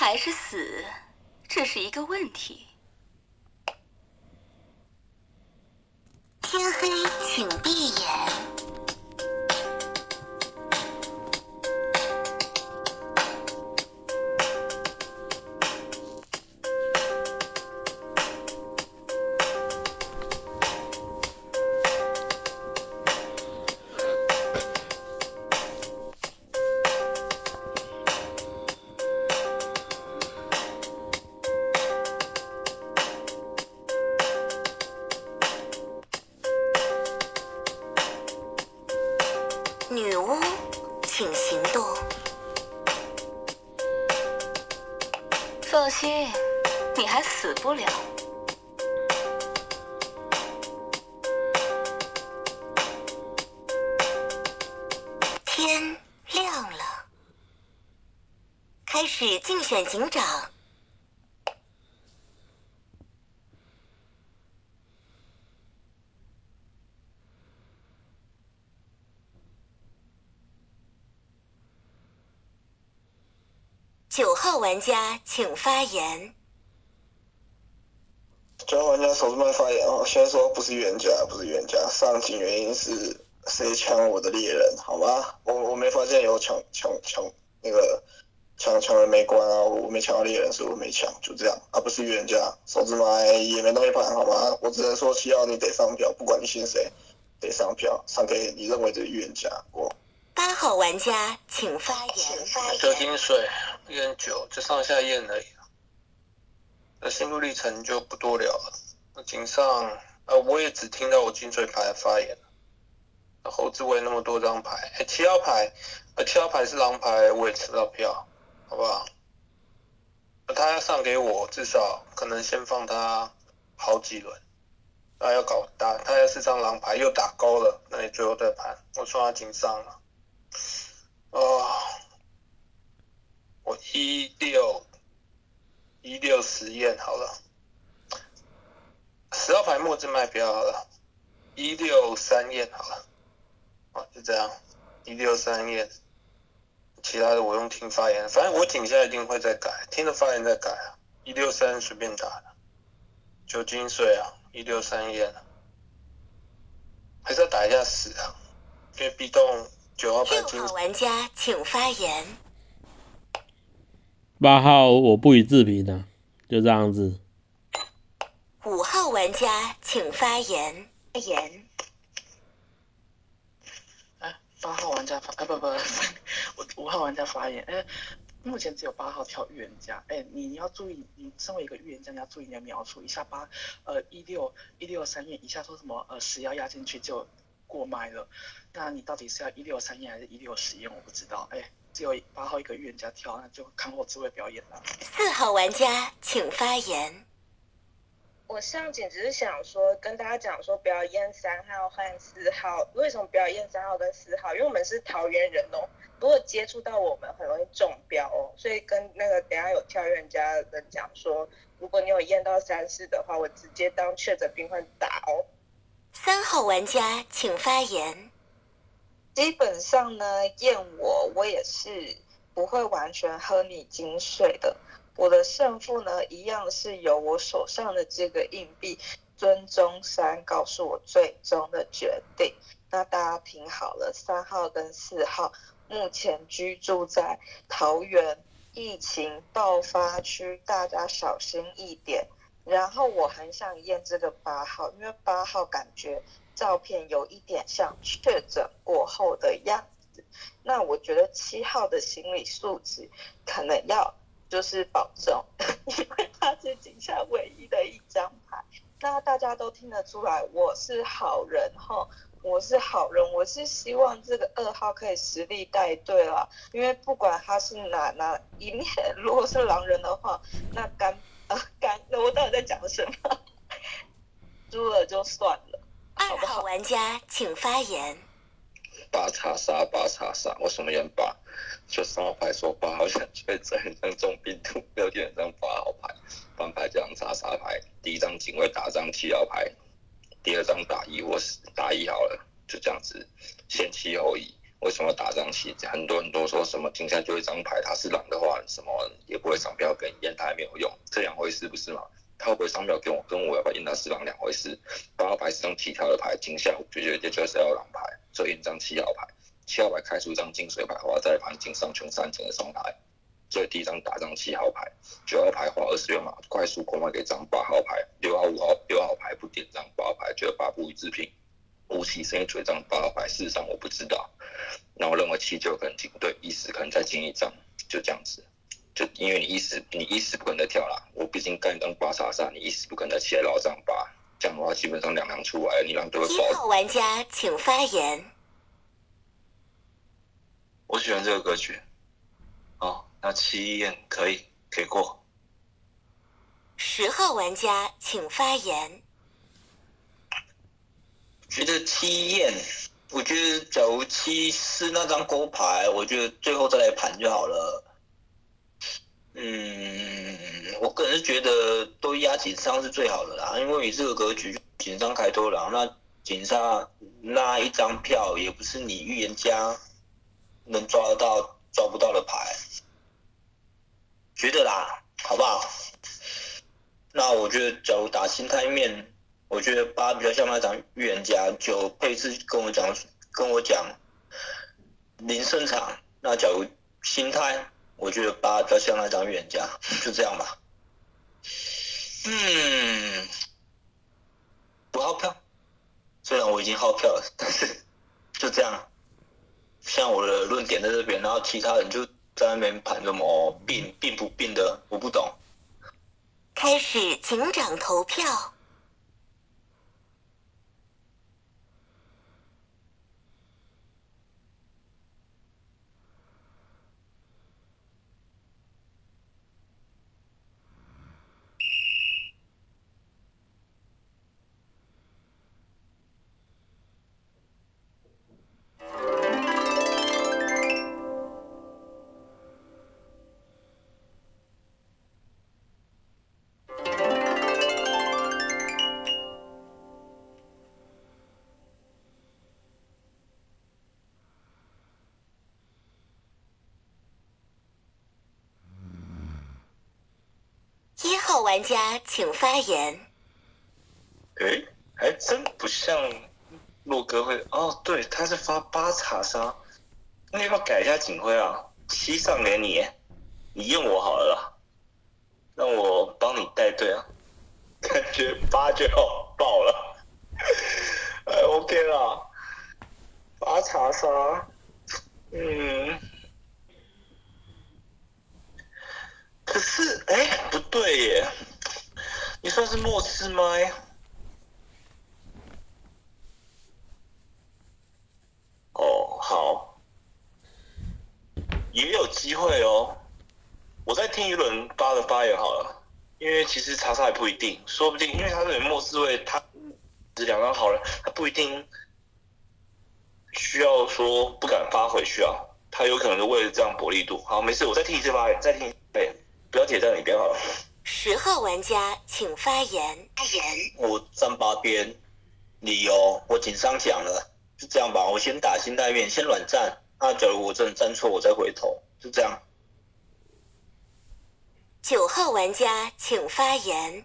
还是死，这是一个问题。 天黑请闭眼。女巫，请行动。 放心，你还死不了。 天亮了，开始竞选警长。9号玩家请发言。 9号玩家手指慢发言哦，先说不是预言家，不是预言家，上警原因是谁抢我的猎人，好吗？我没发现有抢那个抢人没关啊，我没抢到猎人，所以我没抢，就这样啊，不是预言家，手指埋也没东西盘，好吗？我只能说7号你得上票，不管你信谁，得上票，上给你认为的预言家。 8号玩家请发言。 酒精水验9，就上下验而已。那心路历程就不多聊了。那井上，我也只听到我金水牌发言。后置位那么多张牌，7号牌，7号牌是狼牌，我也吃到票，好不好？他要上给我，至少可能先放他好几轮。他要是张狼牌又打勾了，那你最后再盘。我说他井上了。我16实验好了，10号牌末字卖标好了，163验好了，就这样，163验，其他的我用听发言，反正我井下一定会再改，听着发言再改啊，163随便打的，酒精水啊，163验，还是要打一下10啊，因为 B 动9号牌 6号玩家请发言。 8号我不予置评啊，就这样子。 5号玩家请发言。 8号玩家我5号玩家发言。目前只有8号挑预言家。你要注意，你身为一个预言家，你要注意你的描述。一下163验，一下说什么10要压进去就过麦了。那你到底是要163验还是160验？我不知道。只有8号一个预言家挑，那就看后置位表演了。 4号玩家请发言。 我上警只是想说，跟大家讲说，不要验3号和4号。为什么不要验3号跟4号？因为我们是桃园人哦，如果接触到我们，很容易中标哦。所以跟那个等一下有挑预言家的人讲说，如果你有验到3、4的话，我直接当确诊病患打哦。 3号玩家请发言。 基本上呢，验我也是不会完全喝你金水的。我的胜负呢，一样是由我手上的这个硬币尊中3告诉我最终的决定。那大家听好了，3号跟4号目前居住在桃园疫情爆发区，大家小心一点。然后我很想验这个8号，因为8号感觉照片有一点像确诊过后的样子。那我觉得7号的心理素质可能要就是保重，因为他是井下唯一的一张牌。那大家都听得出来，我是好人齁，我是好人，我是希望这个2号可以实力带队啦。因为不管他是哪一面，如果是狼人的话，那那我到底在讲什么？输了就算了。 2号玩家请发言。 8叉杀8叉杀，为什么验8？就3号牌说8号像确诊，很像中病毒，6点像8号牌，翻牌这张叉杀牌，第一张警卫打张7号牌，第二张打1或10，打1好了，就这样子，先7后1。 为什么打这张棋？很多人都说什么井下就一张牌，他是狼的话，什么也不会上票跟验他也没有用，这两回事不是吗？他会不会上票跟我要不要验他是狼两回事。8号牌是张起跳的牌，井下我就觉得就是要狼牌，所以验张7号牌，7号牌开出一张金水牌的话，再盘井上穷3井的双牌，所以第一张打张7号牌，9号牌花26码快速过卖给张8号牌，6号5号6号牌不点张8号牌，觉得8不予置评。吴起声音追张8号牌，事实上我不知道。那我认为7、9可能进对，意识可能再进一张，就这样子。就因为你意识不可能再跳啦，我毕竟干一张8叉杀，你意识不可能再起来绕张8，这样的话基本上2狼出来了，你狼队会爆。 1号玩家请发言。 我喜欢这个格局。好，那7验可以过。 10号玩家请发言。 觉得7验，我觉得假如7是那张勾牌，我觉得最后再来盘就好了。我个人是觉得都压井上是最好的啦，因为你这个格局井上开多狼，那井上那一张票也不是你预言家能抓得到抓不到的牌，觉得啦，好不好？那我觉得假如打心态面，我觉得8比较像那张预言家，9配置跟我讲0胜场，那假如心态，我觉得8比较像那张预言家，就这样吧。不耗票，虽然我已经耗票了，但是就这样。像我的论点在这边，然后其他人就在那边盘什么并不并的，我不懂。 开始警长投票。1号玩家请发言。 还真不像洛哥会哦，对，他是发8叉杀，那要不要改一下警徽啊？7上给你，你验我好了啦，让我帮你带队啊，感觉8就要爆了，OK 啦，8叉杀，可是不对耶，你算是末次麦。哦，好，也有机会哦。我再听一轮8的发言好了，因为其实查查也不一定，说不定因为他是末四位，他2张好了，他不一定需要说不敢发回去啊，他有可能是为了这样薄利度。好，没事，我再听一次发言，再听，不要铁在你边好了。 10号玩家请发言。 我站8边，理由我井上讲了，就这样吧。我先打心态面，先软站。那假如我真的站错，我再回头，就这样。 9号玩家请发言。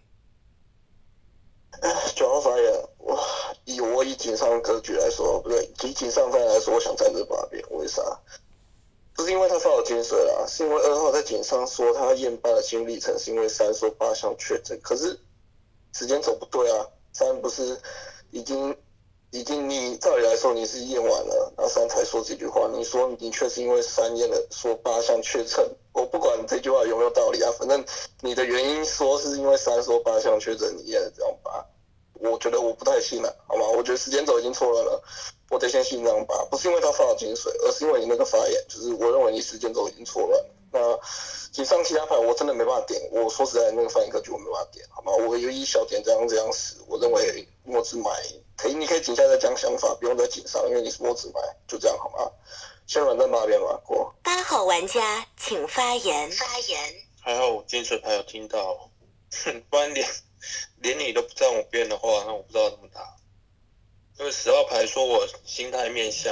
9号发言，以井上格局来说，不对，以井上战来说，我想站这8边，为啥？不是因为他发有金水啦，是因为2号在井上说他验8的心路历程，是因为3说8项确诊，可是时间走不对啊，3不是已经你照理来说你是验完了，然后3才说这句话，你说你的确是因为3验了说8项确诊，我不管这句话有没有道理啊，反正你的原因说是因为3说8项确诊，你验了这样8，我觉得我不太信了，好吗？我觉得时间轴已经错了，我得先信这样8，不是因为他发了金水，而是因为你那个发言，就是我认为你时间轴已经错乱。那井上其他牌我真的没办法点，我说实在那个发言格局我没办法点，好吗？我有一小点这样死，我认为墨子买你可以井下再讲想法，不用在井上，因为你是墨子买，就这样好吗？先软在8边吧，过。 8号玩家请发言。 还好我金水牌有听到，不然连你都不站我边的话，那我不知道怎么打。因为10号牌说我心态面向，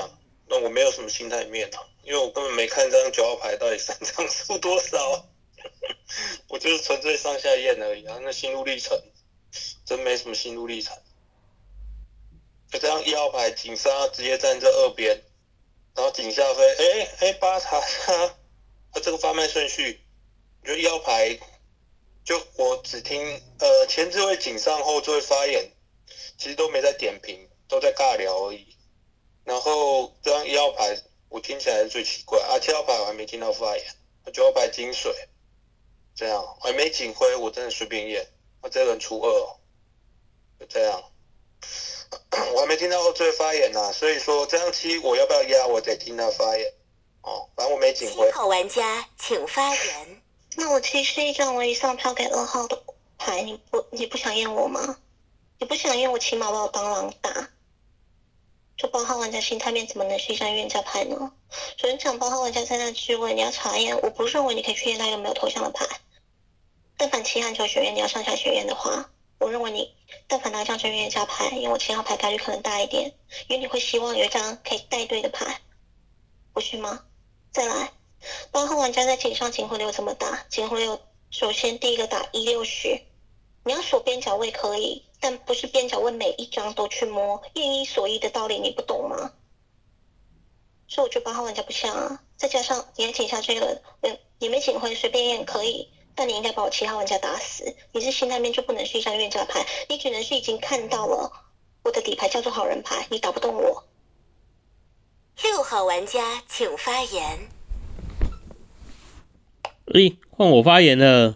那我没有什么心态面啊，因为我根本没看这张9号牌到底3张输多少，我就是纯粹上下验而已啊。那心路历程真没什么心路历程。就这样1号牌警杀直接站这2边，然后警下飞，8查杀，这个发卖顺序，就1号牌，就我只听前置位警上后置位发言，其实都没在点评，都在尬聊而已。然后这张1号牌我听起来是最奇怪啊，7号牌我还没听到发言，9号牌金水，这样我还没警徽，我真的随便验，这个人出2哦，就这样。我还没听到后置位发言啊，所以说这张7我要不要压，我得听他发言。哦，反正我没警徽。 7号玩家请发言。 那我其实一张我一上票给2号的牌，你不想验我吗？你不想验我，起码把我当狼打。就8号玩家心态面怎么能是一张预言家牌呢？首先讲8号玩家在那之位，你要查验，我不认为你可以去验他有没有头像的牌。但凡7和9学院你要上下学院的话，我认为你但凡拿一张真预言家牌，因为我7号牌概率可能大一点，因为你会希望有一张可以带队的牌，不是吗？再来，8号玩家在警上警徽流怎么打？警徽流首先第一个打1610，你要锁边角位可以，但不是边角位每一张都去摸，验一锁一的道理你不懂吗？所以我觉得8号玩家不像啊。再加上你还警下这个，你没警徽随便验可以，但你应该把我7号玩家打死。你是心态面就不能是一张预言家牌，你只能是已经看到了我的底牌叫做好人牌，你打不动我。 6号玩家请发言。 换我发言了。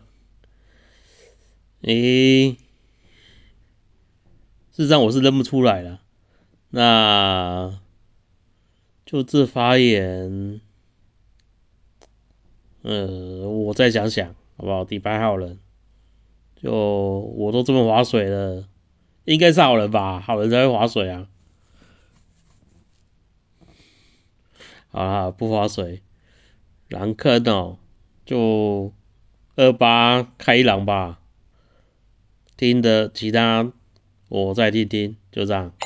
事实上我是认不出来了。那就这发言，我再想想好不好？底牌好人，就我都这么划水了，应该是好人吧？好人才会划水啊。好啦，不划水，狼坑哦，就28开一狼吧。听的其他我再听听，就这样。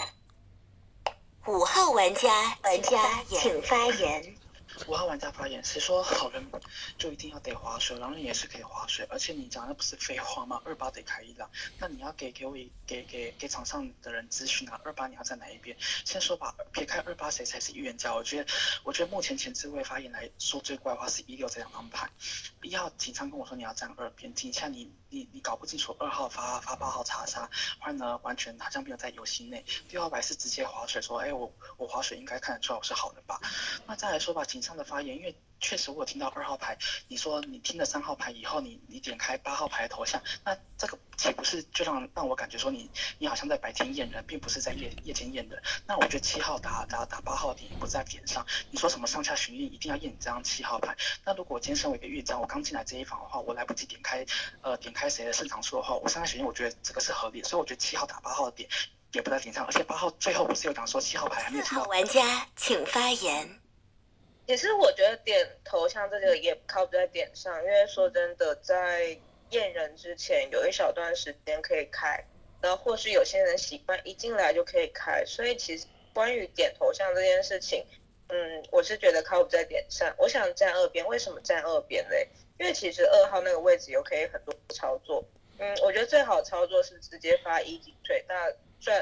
5号玩家请发言。 5号玩家发言，谁说好人就一定要得划水？狼人也是可以划水，而且你讲的不是废话吗？28得开一狼，那你要给场上的人资讯啊，28你要在哪一边？先说吧，撇开28谁才是预言家？我觉得目前前置位发言来说最怪的话是16这两张牌。1号警察跟我说你要站2边，警察你搞不清楚2号发8号查杀，后来呢完全好像没有在游戏内。6号牌是直接划水说，我划水应该看得出来我是好人吧？那再来说吧，警上的发言，因为确实我有听到2号牌，你说你听了3号牌以后，你点开8号牌的头像，那这个岂不是就让我感觉说你好像在白天验人，并不是在夜间验人？那我觉得7号打8号点也不在点上。你说什么上下巡验一定要验你这张7号牌？那如果我今天身为一个预章，我刚进来这一房的话，我来不及点开谁的胜场数的话，我上下巡验我觉得这个是合理的，所以我觉得7号打8号的点也不在点上，而且8号最后不是有讲说7号牌还没有听到。 4号玩家请发言。 其实我觉得点头像这个也靠不在点上，因为说真的，在验人之前有一小段时间可以开，然后或是有些人习惯一进来就可以开，所以其实关于点头像这件事情，我是觉得靠不在点上。我想站2边，为什么站2边嘞？因为其实2号那个位置有可以很多操作，我觉得最好操作是直接发1金水，那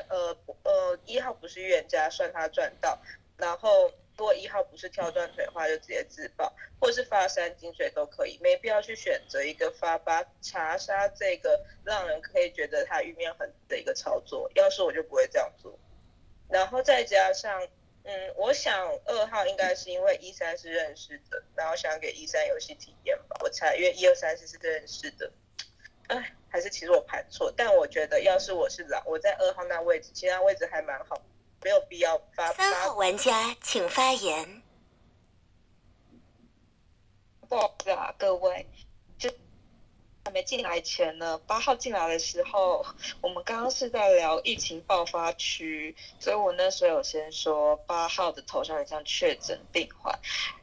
1号不是预言家，算他赚到，然后如果1号不是跳断腿的话，就直接自爆，或是发3金水都可以，没必要去选择一个发8查杀这个让人可以觉得他玉面很的一个操作。要是我就不会这样做。然后再加上，我想2号应该是因为13是认识的，然后想给13游戏体验吧，我猜，因为1、2、3是认识的。还是其实我盘错，但我觉得要是我是狼，我在2号那位置，其他位置还蛮好，没有必要发。 3号玩家请发言。 不好意思啊，各位，就还没进来前呢，8号进来的时候，我们刚刚是在聊疫情爆发区，所以我那时候有先说8号的头上很像确诊病患。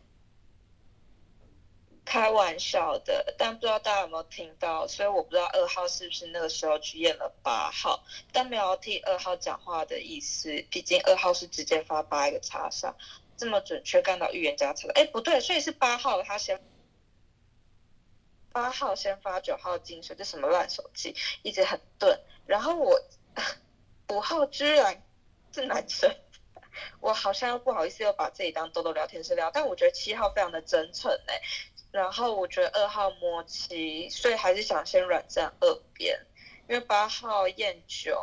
开玩笑的，但不知道大家有没有听到，所以我不知道2号是不是那个时候去验了8号，但没有替2号讲话的意思，毕竟2号是直接发8个查杀。 这么准确干到预言家测的。哎，不对，所以是8号他先。8号先发9号金水，这什么烂手机，一直很钝。然后我5号居然是男生，我好像不好意思又把自己当豆豆聊天室聊，但我觉得7号非常的真诚哎。然后我觉得2号摸7，所以还是想先软战2边，因为8号验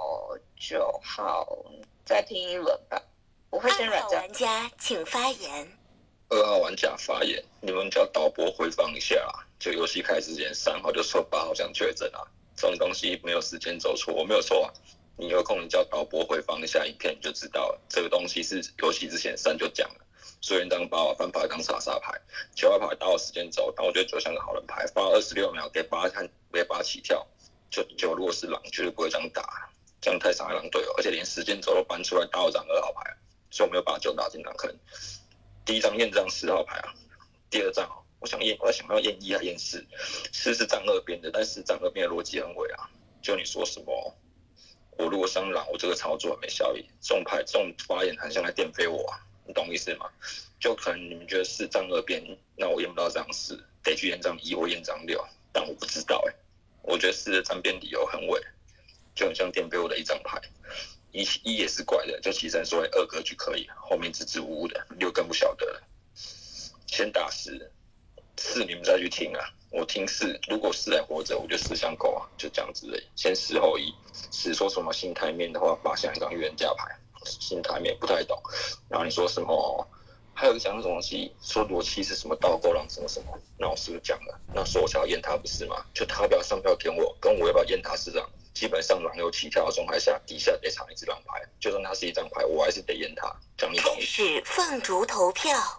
9号再听一轮吧，我会先软 2号战。 玩家请发言。 2号玩家发言，你们叫导播回放一下啦。就游戏开始之前，3号就说8号想确诊啊，这种东西没有时间走错，我没有错啊。你有空你叫导播回放一下影片，你就知道了。这个东西是游戏之前3就讲了，所以当8号翻牌当查杀牌，9号牌打我时间轴，但我觉得9像个好人牌，发26秒给8起跳，就9如果是狼绝对不会这样打，这样太伤害狼队友，而且连时间轴都搬出来打我张2号牌，所以我没有把9打进狼坑。第一张验张10号牌啊，第二张我想要验1还验4，4是站2边的，但是站2边的逻辑很伪啊。就你说什么，我如果上狼，我这个操作很没效益，这种发言很像来电飞我啊，你懂意思吗？就可能你们觉得4站2边，那我验不到张4，得去验张1或验张6，但我不知道我觉得4的站边理由很伪，就很像电飞我的一张牌。一也是怪的，就起身说2格局可以，后面支支吾吾的，6更不晓得了。先打4你们再去听啊，我听4，如果4还活着，我就4像狗啊，就这样子而已。先10后1，10说什么新台面的话，把下一张预言家牌，新台面不太懂。然后你说什么，还有讲那种东西，说罗七是什么倒钩狼什么什么，那我是不是讲了？那说我想要验他不是吗？就他不要上票给我，跟我要不要验他是狼。基本上狼有起跳的状态下，底下得藏一只狼牌，就算它是一张牌，我还是得验它。这样你懂？ 开始凤竹投票。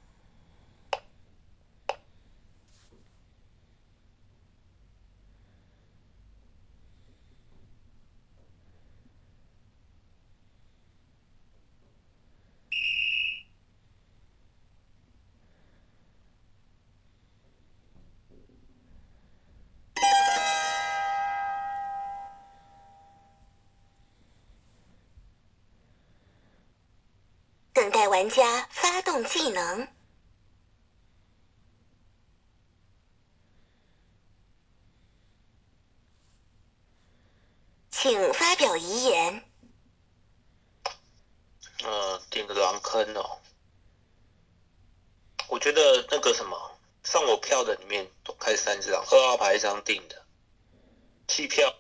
等待玩家发动技能，请发表遗言。 点个狼坑哦。我觉得那个什么上我票的里面都开3只狼，2号牌一张定的，弃票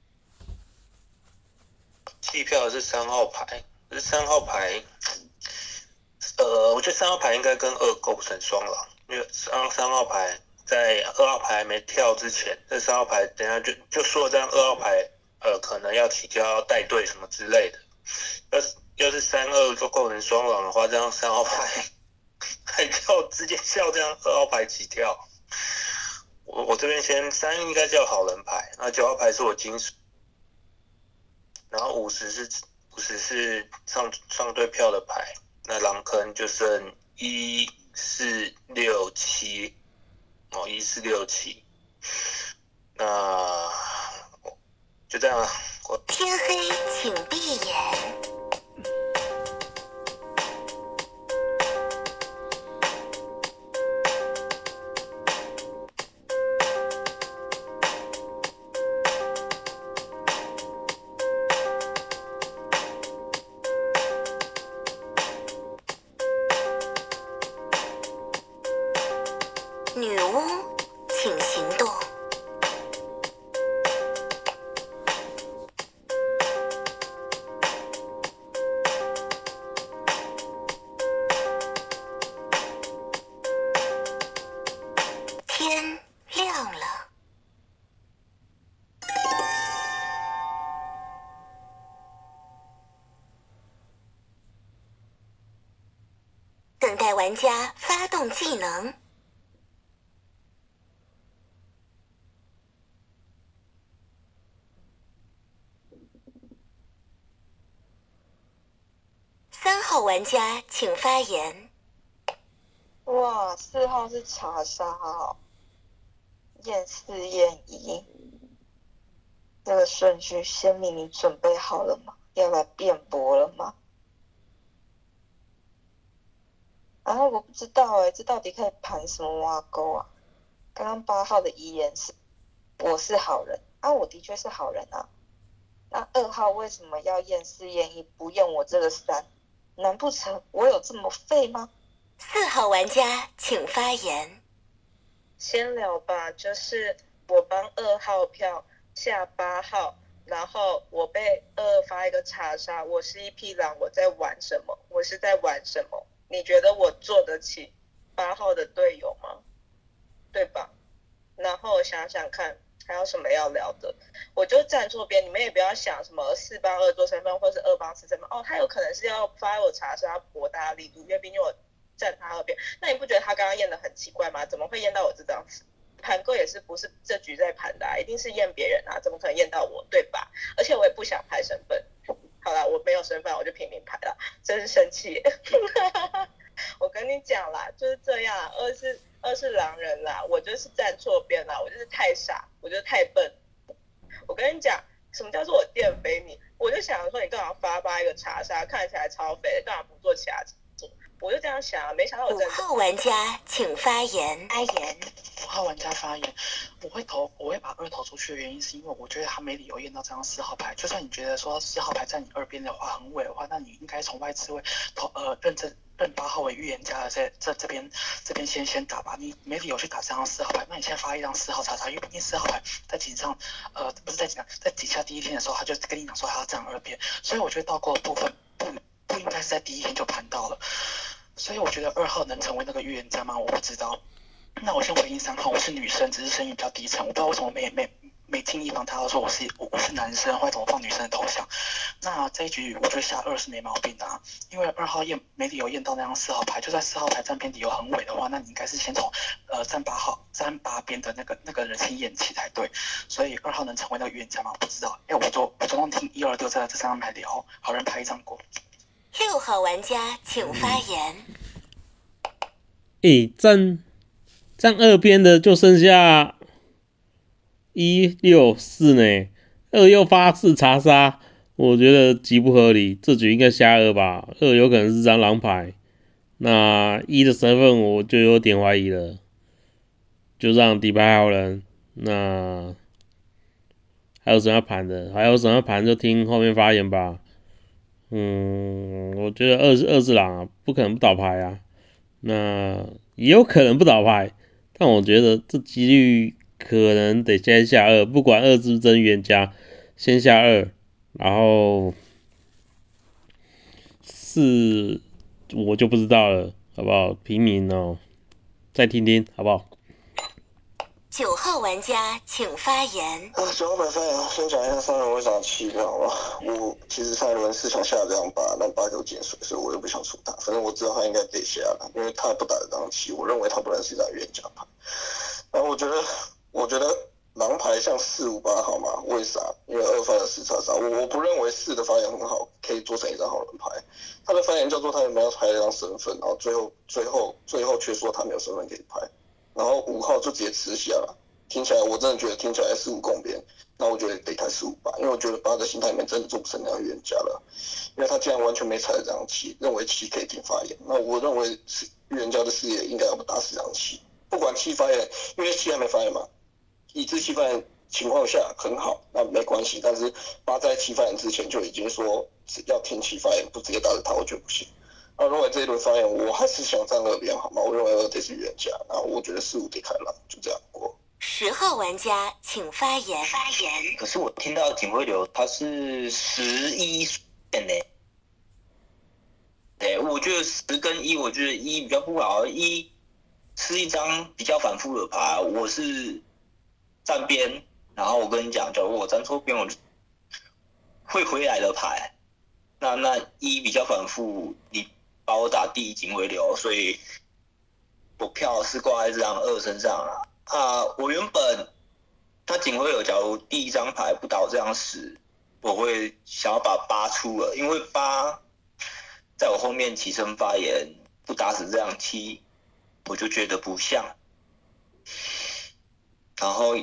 的是3号牌，可是3号牌，我觉得3号牌应该跟2构成双狼，因为3号牌在2号牌没跳之前，这3号牌等一下就说这样2号牌可能要起跳要带队什么之类的，要是3、2都构成双狼的话，这样3号牌还跳直接叫这样2号牌起跳。我这边先3应该叫好人牌，那9号牌是我金水，然后50是上对票的牌，那狼坑就剩1、4、6、7，1、4、6、7，那就这样了。 天黑请闭眼。女巫，请行动。天亮了。等待玩家发动技能。3号玩家请发言。 哇，4号是查杀哦，验4验1，这个顺序鲜明，你准备好了吗？要来辩驳了吗？ 啊，我不知道哎，这到底可以盘什么挖沟啊？刚刚8号的遗言是我是好人啊，我的确是好人啊。那2号为什么要验4验1，不验我这个3？难不成我有这么废吗 ？4号玩家请发言。 先聊吧，就是我帮2号票下8号，然后我被22发一个查杀，我是一匹狼，我在玩什么？我是在玩什么？你觉得我做得起8号的队友吗？对吧？然后想想看还有什么要聊的，我就站错边，你们也不要想什么4帮2做身份，或是2帮4身份，哦，他有可能是要发我查杀博大力度，因为毕竟我站他2边，那你不觉得他刚刚验的很奇怪吗？怎么会验到我这张纸？盘够也是不是这局在盘的啊，一定是验别人啊，怎么可能验到我，对吧？而且我也不想排身份，好啦，我没有身份，我就拼命排了，真是生气。我跟你讲啦，就是这样，二是狼人啦，我就是站错边啦，我就是太傻，我就是太笨。我跟你讲，什么叫做我电飞你？我就想说，你干嘛发一个查杀，看起来超肥，干嘛不做其他事？我就这样想啊，没想到我 5号玩家请发言。 5号玩家发言，我会把2投出去的原因是因为我觉得他没理由验到这张4号牌。就算你觉得说4号牌在你2边的话很稳的话，那你应该从外置位认8号为预言家的这边先打吧。你没理由去打这张4号牌，那你现在发一张4号查查，因为毕竟4号牌在警上不是在警上，在警下第1天的时候他就跟你讲说他要站2边，所以我觉得倒钩的部分不应该是在第1天就盘到了。所以我觉得2号能成为那个预言家吗？我不知道。那我先回应3号，我是女生，只是声音比较低沉，我不知道为什么没听一方他要说我是男生，或者怎么放女生的头像。那这一局我觉得下2是没毛病的啊，因为2号没理由验到那张4号牌，就算4号牌站边理由很稳的话，那你应该是先从站8边的那个人先验起才对。所以2号能成为那个预言家吗？我不知道。我总共听1、2、6这3张牌聊，好人牌1张过。 6号玩家请发言。 站2边的就剩下1、6、4呢，2又发4查杀，我觉得极不合理。这局应该下2吧，2有可能是张狼牌，那1的身份我就有点怀疑了，就让底牌好人。那还有什么要盘的？还有什么要盘就听后面发言吧。我觉得二是狼啊，不可能不倒牌啊。那也有可能不倒牌，但我觉得这几率可能得先下2，不管2是不是真预言家，先下2，然后4我就不知道了，好不好？平民哦，再听听好不好 ？9号玩家请发言。 9号牌发言，先讲一下上轮为啥7的好吧？我其实上一轮是想下这张8，但8给我进水，所以我又不想出他。反正我知道他应该得下了，因为他不打这张7，我认为他不能是一张预言家牌。然后我觉得狼牌像4、5、8好吗？为啥？因为2发的4查杀，我不认为4的发言很好，可以做成一张好人牌。他的发言叫做他有没有拍一张身份，然后最后却说他没有身份可以拍。然后5号就直接吃下了，听起来我真的觉得听起来4、5共边，那我觉得得开4、5、8，因为我觉得8的心态里面真的做不成那样预言家了，因为他竟然完全没踩这张7，认为7可以进发言，那我认为预言家的视野应该要打死这张7，不管7发言，因为7还没发言嘛，已知7发言情况下很好，那没关系，但是8在7发言之前就已经说要听7发言，不直接打着他，我觉得不行。那如果这一轮发言，我还是想站2边好吗？我认为2得是预言家，然后我觉得4、5得开狼，就这样过。 10号玩家请发言。 可是我听到警徽流他是11线呢。我觉得10跟1，我觉得1比较不好，1是一张比较反复的牌，我是站边，然后我跟你讲，假如我站错边，我就会回来的牌。那1比较反复，你把我打第1警徽流，所以我票是挂在这张2身上了。我原本他警徽流，假如第1张牌不倒这张10，我会想要把8出了，因为8在我后面起身发言不打死这张7，我就觉得不像。然后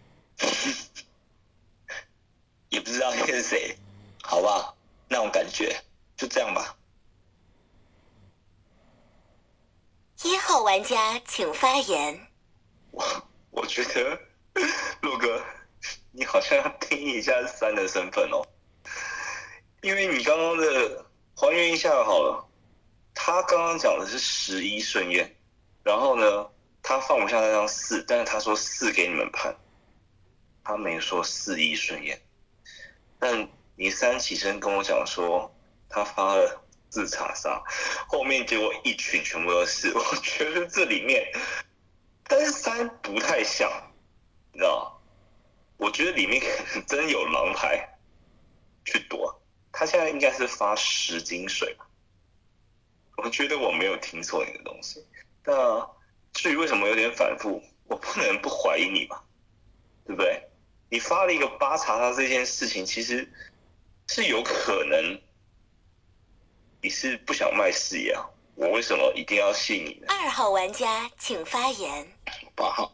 也不知道是谁，好吧，那种感觉就这样吧。 1号玩家请发言。 我觉得陆哥，你好像要定义一下3的身份哦，因为你刚刚的还原一下好了，他刚刚讲的是11顺验，然后呢，他放不下那张4，但是他说4给你们判，他没说41顺验。但你3起身跟我讲说他发了4查杀，后面结果一群全部都是，我觉得这里面，但是3不太像，你知道吗？我觉得里面可能真有狼牌去躲，他现在应该是发10金水吧。我觉得我没有听错你的东西。那至于为什么有点反复，我不能不怀疑你吧，对不对？你发了一个8查杀这件事情，其实是有可能你是不想卖视野啊。我为什么一定要信你呢 ？2号玩家请发言。 8号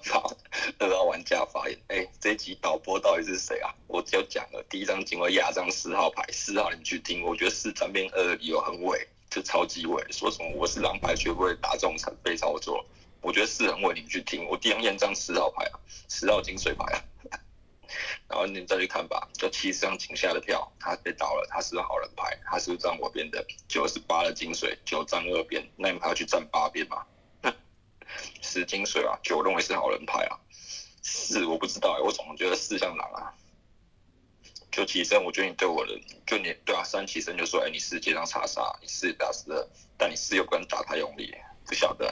2号玩家发言。这一集导播到底是谁啊？我只有讲了第一张警卫压张4号牌，4号你去听，我觉得4转变2的理由很伪，就超级伪，说什么我是狼牌绝不会打这种残废操作，我觉得4很伪，你去听，我第2验张10号牌啊，10号金水牌啊。然后你再去看吧，就70张井下的票，他被倒了，他是好人牌，他是站我边的，98的金水，9站2边，那你还要去站8边吗？10金水啊，9认为是好人牌啊，4我不知道我总觉得4像狼啊。就起身，我觉得你对我的，就你对啊，3起身就说，你4接张查杀，你4打12，但你4又不能打太用力，不晓得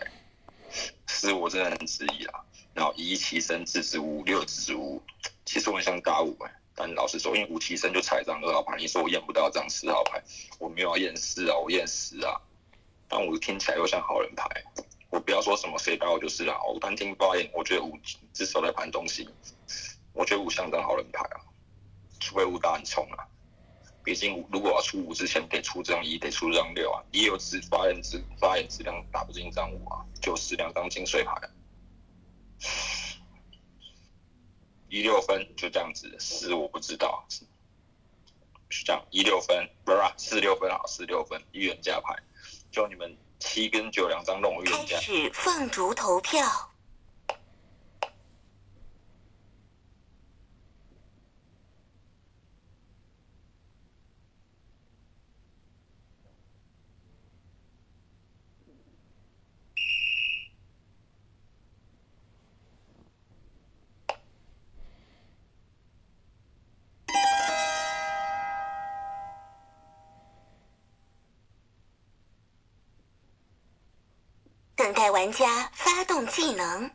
4我真的很质疑啊。然后1起身支持5，6支持5，其实我很想打5但老实说，因为5起身就踩一张2号牌，你说我验不到这张10号牌，我没有要验4啊，我验10啊，但5听起来又像好人牌。我不要说什么谁打我就是啦，我单听发言，我觉得5至少在盘东西，我觉得5像张好人牌啊，除非5打很冲啊。毕竟如果要出5之前得出这张1，得出这张6啊，也有发言质量打不进张5啊，就是2张金水牌。16分就这样子，4我不知道，是这样16分，不是46分好，46分预言家牌，就你们7跟92张弄预言家。 开始放逐投票。等待玩家发动技能，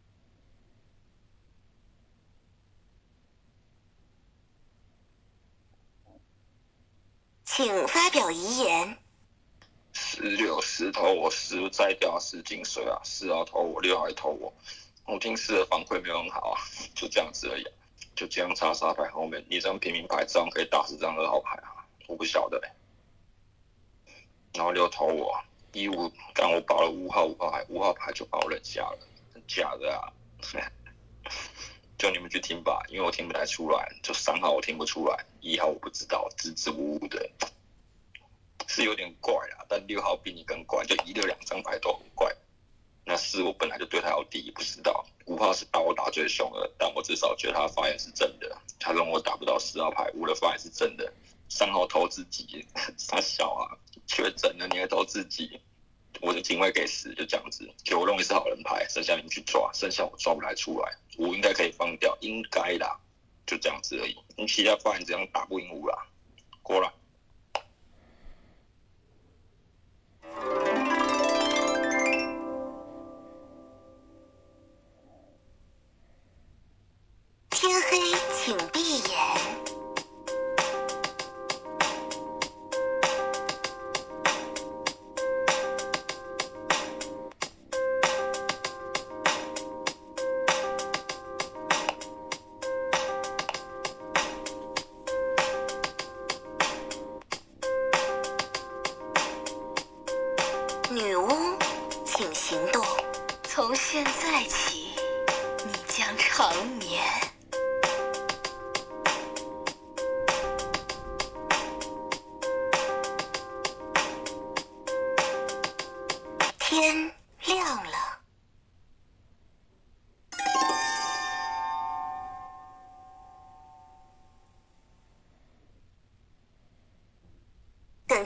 请发表遗言。 16 10投我，10再掉10金水啊，4号投我，6号也投我。我听4的反馈没有很好啊，就这样子而已就这样查杀牌后面一张平民牌，这样可以打10张2号牌啊，我不晓得然后6投我，15刚我保了5号牌就把我扔下了，假的啊。就你们去听吧，因为我听不太出来。就3号我听不出来，1号我不知道，支支吾吾的，是有点怪啦。但6号比你更怪，就1、6两张牌都很怪。那4我本来就对他有敌意，不知道。5号是打我打最凶的，但我至少觉得他的发言是真的，他让我打不到4号牌，5的发言是真的。3号投自己，他小啊，确诊了你还投自己。我的警卫给10，就这样子。9我认为是好人牌，剩下你们去抓，剩下我抓不来出来。5应该可以放掉，应该啦，就这样子而已。你其他发言这样打不赢5啦，过了。 天黑，请闭眼。女巫，请行动。 从现在起，你将长眠。 天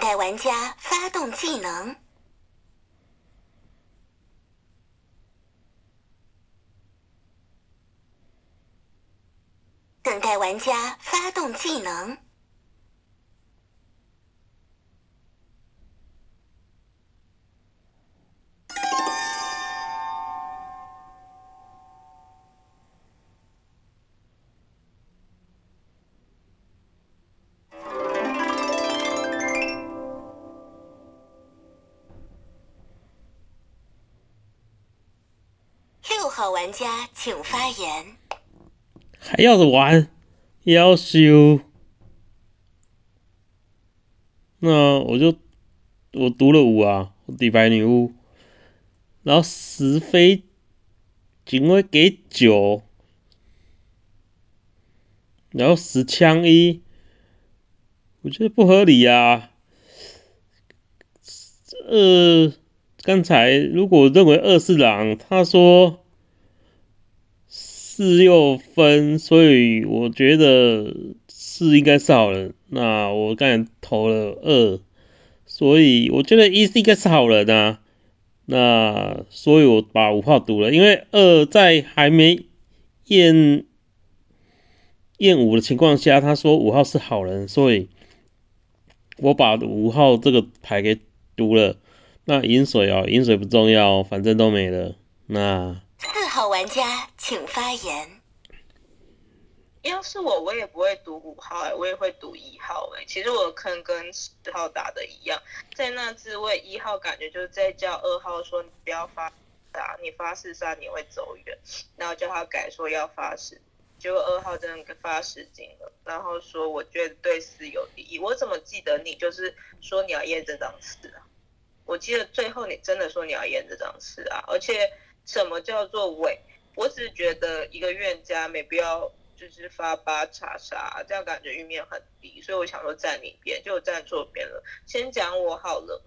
待玩家发动技能。等待玩家发动技能。6号玩家请发言。 还要玩，要修。那我读了5啊，底牌女巫，然后石飞警卫给9，然后10枪1，我觉得不合理啊。刚才如果认为2是狼，他说4又分，所以我觉得4应该是好人。那我刚才投了2，所以我觉得1应该是好人啊。那所以我把5号读了，因为2在还没验5的情况下，他说5号是好人，所以我把5号这个牌给读了。那饮水哦，饮水不重要，反正都没了。那 4号玩家请发言。 要是我也不会读5号我也会读1号其实我的坑跟10号打的一样，在那自卫1号感觉就是在叫2号说你不要发打，你发4杀你会走远，然后叫他改说要发10，结果2号真的发10金了，然后说我觉得对4有利。我怎么记得你就是说你要验这张4啊？我记得最后你真的说你要验这张4啊，而且什么叫做伪？我只是觉得一个冤家没必要就是发8查杀，这样感觉玉面很低，所以我想说站你边，就站错边了。先讲我好了，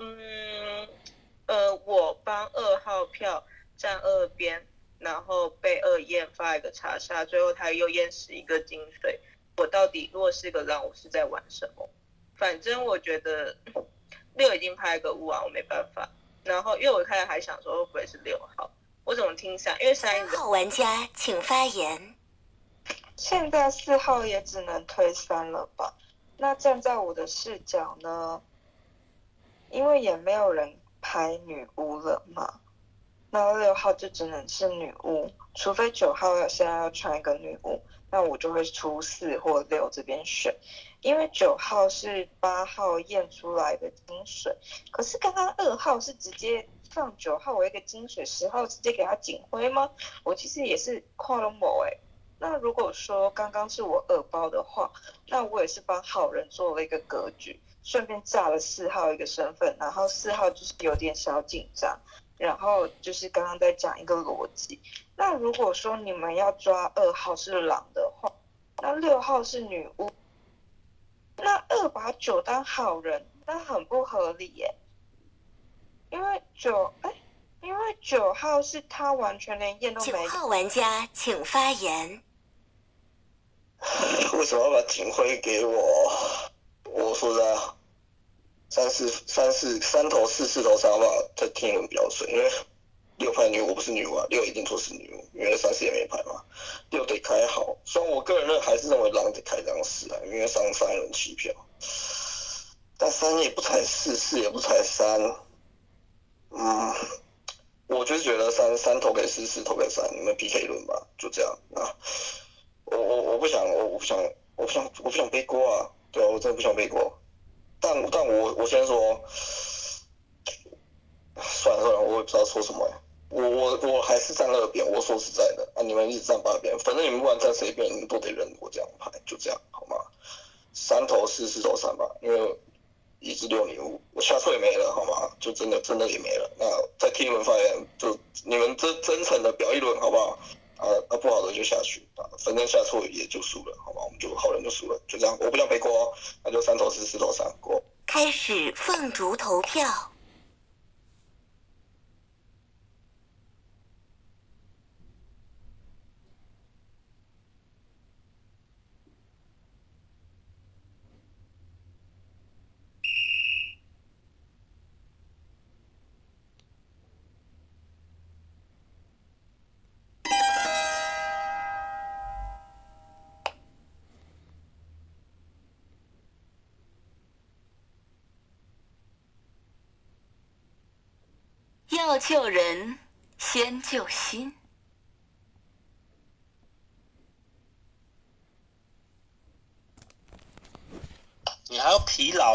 我帮2号票站2边，然后被2验发一个查杀，最后他又验11个金水，我到底如果是个狼，我是在玩什么？反正我觉得6已经拍个雾啊，我没办法。然后因为我开始还想说会不会是6号，我怎么听下？因为 3号玩家请发言。 现在4号也只能推3了吧？那站在我的视角呢？因为也没有人拍女巫了嘛，那6号就只能是女巫，除非9号现在要穿一个女巫，那我就会出4或6这边选，因为9号是8号验出来的金水，可是刚刚2号是直接放9号为一个金水，10号直接给他警徽吗？我其实也是跨了某那如果说刚刚是我2包的话，那我也是帮好人做了一个格局，顺便炸了4号一个身份，然后4号就是有点小紧张，然后就是刚刚在讲一个逻辑。那如果说你们要抓2号是狼的话，那6号是女巫，那2把9当好人，那很不合理耶。因为9号是他完全连验都没。 9号玩家请发言。 为什么要把警徽给我？我说的三投四，四投3吧，再听你们比较顺，因为6拍女巫不是女巫啊，6一定说是女巫，因为34也没拍嘛，6得开好。虽然我个人还是认为狼得开张4啊，因为上3人弃票，但3也不才4，4也不才3，我就是觉得三投给4，4投给3，你们 PK 论吧，就这样啊。我不想背锅啊，对啊，我真的不想背锅。但我先说，算了，我也不知道说什么我还是站2边，我说实在的啊，你们一直站8边，反正你们不管站谁边，你们都得认我这样拍，就这样好吗？3投4，4投3吧，因为1至6女巫，我下错也没了好吗？就真的也没了。那再听你们发言，就你们真诚的表一轮好不好？不好的就下去啊，反正下错也就输了，好吧？我们就好人就输了，就这样。我不想背锅，那就3投4，4投3过。 开始凤竹投票。 要救人，先救心。 你还要疲劳。